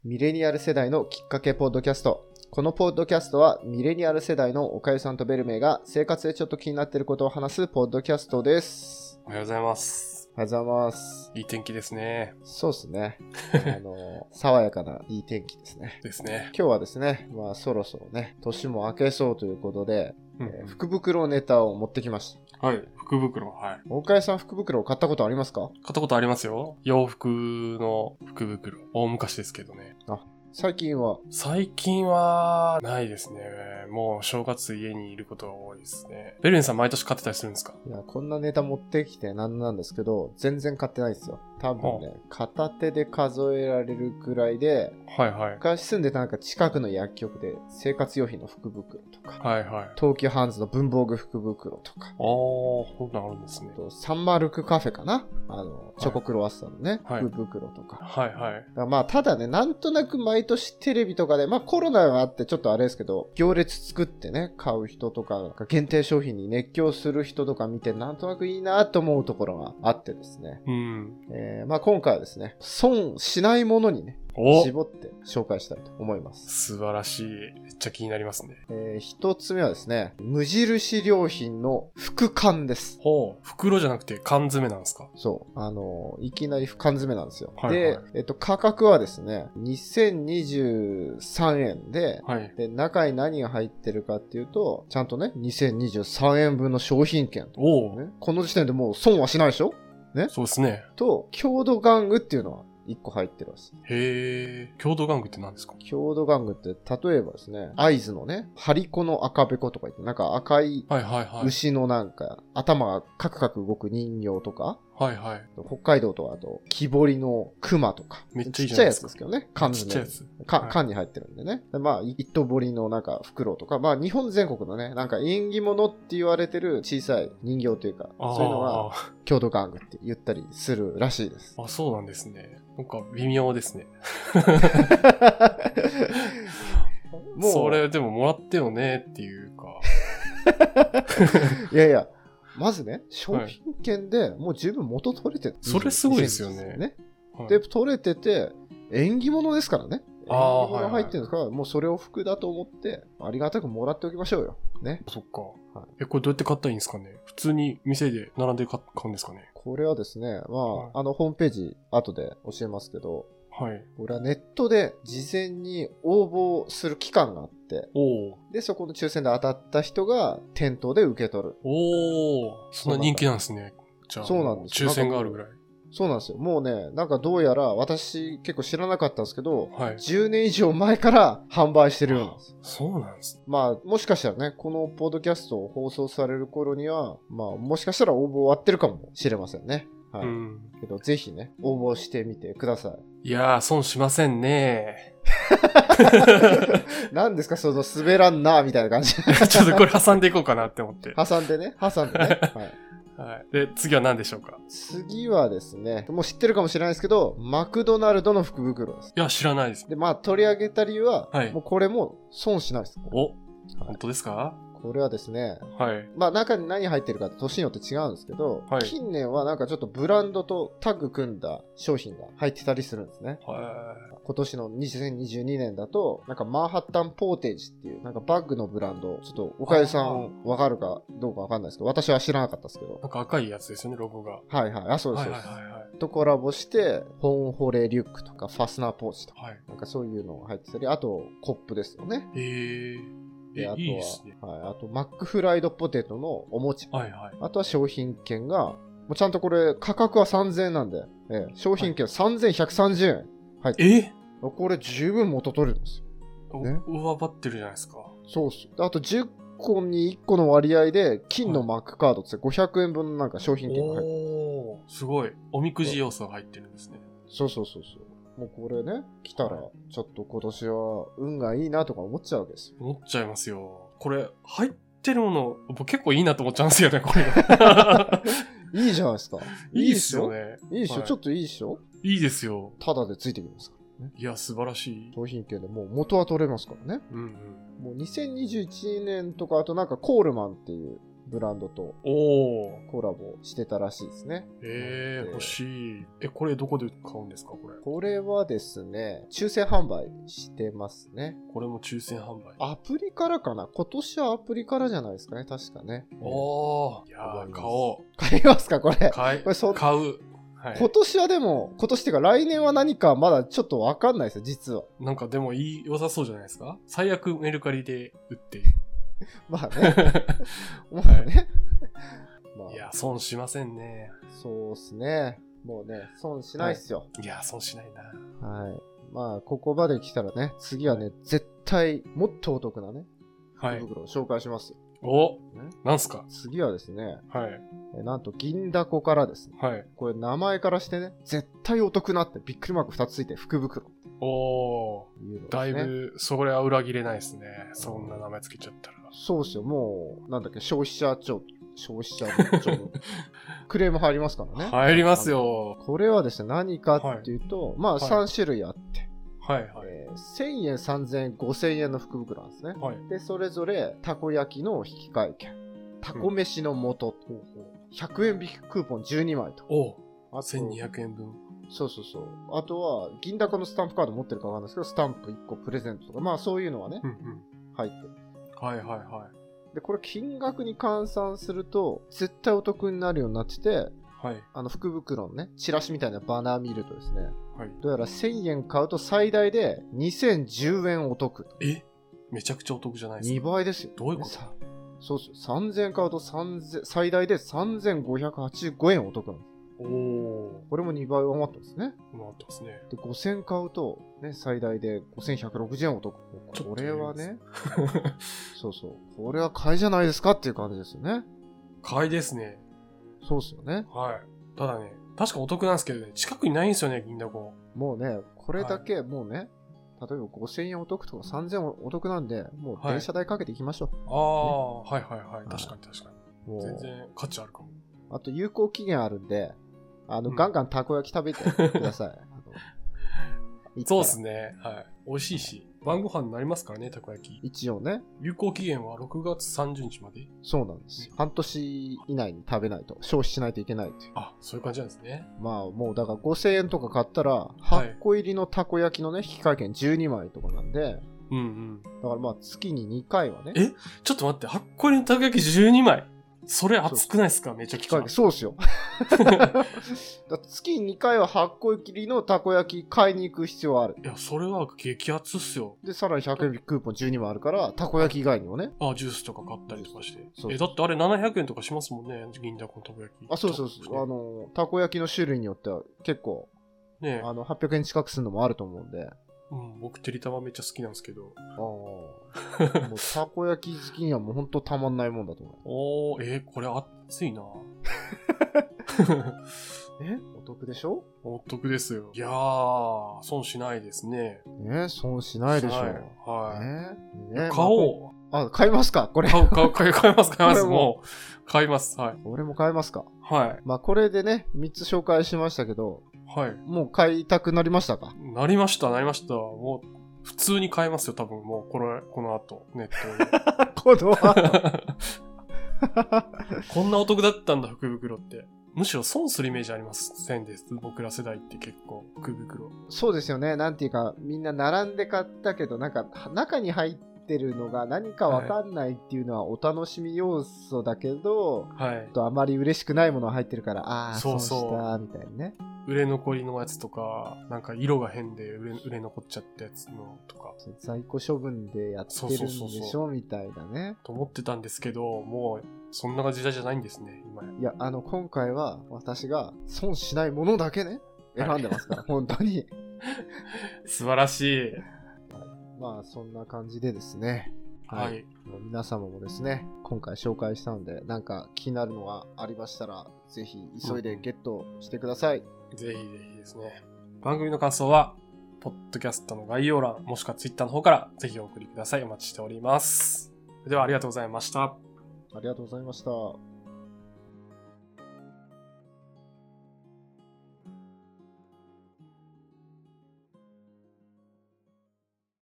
ミレニアル世代のきっかけポッドキャスト。このポッドキャストはミレニアル世代のおかゆさんとベルメイが生活でちょっと気になっていることを話すポッドキャストです。 おはようございます。 おはようございます。 いい天気ですね。 そうですね。爽やかないい天気ですね。 ですね。 今日はですね、そろそろね、年も明けそうということで、福袋ネタを持ってきました。 はい、福袋、はい。 おかゆさん福袋を買ったことありますか？ 買ったことありますよ。洋服の福袋。大昔ですけどね。 最近はないですね。もう正月家にいることが多いですね。ベルンさん毎年買ってたりするんですか？ いや、こんなネタ持ってきてなんですけど、全然買ってないんですよ。多分ね、片手で数えられるくらいで、 はいはい。 昔住んでた近くの薬局で生活用品の福袋とか、 はいはい。 東急ハンズの文房具福袋とか、 そんなんあるんですね。 サンマルクカフェかな、チョコクロワッサンのね、 はい、 福袋とか。 はいはい。 ただね、なんとなく毎年テレビとかで、コロナがあってちょっとあれですけど、行列作ってね、買う人とか、限定商品に熱狂する人とか見て、なんとなくいいなと思うところがあってですね。今回はですね、損しないものにね、絞って紹介したいと思います。 素晴らしい。めっちゃ気になりますね。 一つ目はですね、無印良品の福缶です。 袋じゃなくて缶詰なんですか？ そう。いきなり缶詰なんですよ。 はいはい、 で、価格はですね、2023円で、 はい、 で、中に何が入ってるかっていうと、ちゃんとね、2023円分の商品券。ね、この時点でもう損はしないでしょ？ね。 そうですね。 と、郷土玩具っていうのは1個入ってるんです。 郷土玩具って何ですか？ 郷土玩具って、例えばですね、会津のね、張り子の赤べことか言って、赤い牛の頭がカクカク動く人形とか、 はいはい。 北海道とかあと、木彫りの熊とか。 めっちゃいいじゃないですか。 ちっちゃいやつですけどね。缶詰。 ちっちゃいやつ。 缶に入ってるんでね。で一刀彫りの袋とか、日本全国のね、縁起物って言われてる小さい人形というか、そういうのが、郷土玩具って言ったりするらしいです。 そうなんですね。微妙ですね。それでももらってよねっていうか。 いやいや。まずね、商品券でもう十分元取れてる。 それすごいですよね。 で、取れてて、縁起物ですからね。縁起物入ってるんですから、もうそれを服だと思って、ありがたくもらっておきましょうよ。ね。 そっか。これどうやって買ったらいいんですかね？普通に店で並んで買うんですかね？ これはですね、ホームページ後で教えますけど、 はい。 これはネットで事前に応募する期間があって、で、そこの抽選で当たった人が店頭で受け取る。 そんな人気なんですね。じゃあ、 そうなんです。 抽選があるぐらい。 そうなんですよ。もうね、どうやら私結構知らなかったんですけど、 はい、 10年以上前から販売してるようなんです。 そうなんです。 もしかしたらね、このポッドキャストを放送される頃には、もしかしたら応募終わってるかもしれませんね。はい。けど、ぜひね、応募してみてください。 いやー、損しませんね。 何ですか、その滑らんな、みたいな感じ。ちょっとこれ挟んでいこうかなって思って。 挟んでね。はい。 はい。で、次は何でしょうか？ 次はですね、もう知ってるかもしれないですけど、マクドナルドの福袋です。 いや、知らないです。 で、取り上げた理由は、もうこれも損しないです。 本当ですか？ これはですね、 はい。 中に何入ってるかって年によって違うんですけど、近年はちょっとブランドとタッグ組んだ商品が入ってたりするんですね。今年の2022年だと、マンハッタンポーテージっていう、バッグのブランド、ちょっとおかゆさんわかるかどうかわかんないですけど、私は知らなかったですけど。 赤いやつですよね、ロゴが。 はいはい。そうです。とコラボして、本保冷リュックとかファスナーポーチとか、そういうのが入ってたり、あとコップですよね。で、あとは、 いいですね。 あと、マックフライドポテトのおもちゃ。あとは商品券が、もうちゃんとこれ、価格は3000円なんで、商品券3130円。はい。これ十分元取れるんですよ。 上張ってるじゃないですか。 そうっす。あと10個に1個の割合で、金のマックカードって500円分の商品券が入ってる。 すごい。おみくじ要素が入ってるんですね。 そう。もうこれね、来たら、ちょっと今年は運がいいなとか思っちゃうわけですよ。 思っちゃいますよ。これ、入ってるもの、僕結構いいなと思っちゃうんですよね、これ。 いいじゃないですか。 いいっすよね。 いいっしょ、ちょっといいっしょ。 いいですよ。 ただでついてきますからね。 いや、素晴らしい。 商品券でもう元は取れますからね。もう2021年とか、あとコールマンっていうブランドとおー。 コラボしてたらしいですね。 欲しい。これどこで買うんですか、これ。 これはですね、抽選販売してますね。 これも抽選販売。 アプリからかな。今年はアプリからじゃないですかね、確かね。 おー。いやー、買おう。 買いますか、これ。 買う。はい、 今年はでも、今年っていうか来年は何かまだちょっとわかんないですよ、実は。 なんかでも良さそうじゃないですか。最悪メルカリで売って。 まあね。まあね。 まあ、いや、損しませんね。 そうっすね。もうね、損しないっすよ。 いや、損しないな。 はい。まあ、ここまで来たらね、次はね、絶対もっとお得なね、 はい。 福袋を紹介しますよ。 お、なんすか？ 次はですね、 はい。 なんと銀だこからですね、 はい。 これ名前からしてね、絶対お得なってびっくりマーク2つついて福袋。 おー、 いうのですね、 だいぶ、それは裏切れないですね。そんな名前つけちゃったら。 そうっすよ、もう、なんだっけ、消費者庁、クレーム入りますからね。 入りますよ。 これはですね、何かっていうと、まあ3種類あって、 はいはい。 1000円、3000円、5000円の福袋なんですね。 はい。 で、それぞれ、たこ焼きの引換券、たこ飯の素、100円引きクーポン12枚と。 おあと 1200円分。 そうそうそう。あとは、銀だこのスタンプカード持ってるかわかんないですけど、スタンプ1個プレゼントとか、まあそういうのはね、入ってる。 はいはいはい。 で、これ金額に換算すると、絶対お得になるようになってて、 はい。 福袋のね、チラシみたいなバナー見るとですね、 はい。 どうやら1000円買うと最大で2010円お得。 めちゃくちゃお得じゃないですか。 2倍ですよ。 どういうこと？ そうですよ。3000円買うと最大で3585円お得なんです。これも2倍上回ってますね。 上回ってますね。 で、5000買うと、ね、最大で5160円お得。これはね、そうそう。これは買いじゃないですかっていう感じですよね。 買いですね。 そうっすよね。 はい。ただね、確かお得なんですけどね、近くにないんですよね、銀だこ。 もうね、これだけ、もうね、例えば5000円お得とか3000円お得なんで、もう電車代かけていきましょう。 はいはいはい。確かに確かに。全然価値あるかも。 あと有効期限あるんで、ガンガンたこ焼き食べてください。 そうですね。はい。美味しいし、晩ご飯になりますからね、たこ焼き。 一応ね。 有効期限は6月30日まで。 そうなんです。半年以内に食べないと、消費しないといけないっていう。 あ、そういう感じなんですね。 まあ、もうだから5000円とか買ったら、8個入りのたこ焼きのね、引換券12枚とかなんで、だからまあ、月に2回はね。 ちょっと待って、8個入りのたこ焼き12枚。それ熱くないですか？めちゃくちゃ。 そうっすよ。だ月に2回は8個入りのたこ焼き買いに行く必要はある。 いや、それは激熱っすよ。 で、さらに100円クーポン12もあるから、たこ焼き以外にもね。 ジュースとか買ったりとかして。だってあれ700円とかしますもんね、銀だこのたこ焼き。 そうそうそう。たこ焼きの種類によっては結構、ね、800円近くするのもあると思うんで。 僕、てりたまめっちゃ好きなんですけど。 もう、たこ焼き好きにはもうほんとたまんないもんだと思う。これ熱いなお得でしょ？ お得ですよ。いやー、損しないですね。 損しないでしょ。 はい。買おう。買いますか？これ。 買います。もう、買います。はい。 俺も買いますか？ はい。 まあ、これでね、3つ紹介しましたけど、 はい。 もう買いたくなりましたか？ なりました。もう、普通に買いますよ、多分。もう、この後、ネットで。 この後。 こんなお得だったんだ、福袋って。むしろ損するイメージありますせんです。僕ら世代って結構、福袋。 そうですよね。なんていうか、みんな並んで買ったけど、なんか、中に入ってるのが何かわかんないっていうのはお楽しみ要素だけど、あまり嬉しくないものが入ってるから、損したみたいにね。 売れ残りのやつとか、なんか色が変で売れ残っちゃったやつのとか。 在庫処分でやってるんでしょみたいなね。 と思ってたんですけど、もう、そんな時代じゃないんですね、今。 いや、今回は私が損しないものだけね、選んでますから、本当に。 素晴らしい。 まあ、そんな感じでですね。 はい。 皆様もですね、今回紹介したので、なんか気になるのがありましたら、ぜひ急いでゲットしてください。 ぜひですね。番組の感想は、ポッドキャストの概要欄、もしくはツイッターの方からぜひお送りください。お待ちしております。ではありがとうございました。 ありがとうございました。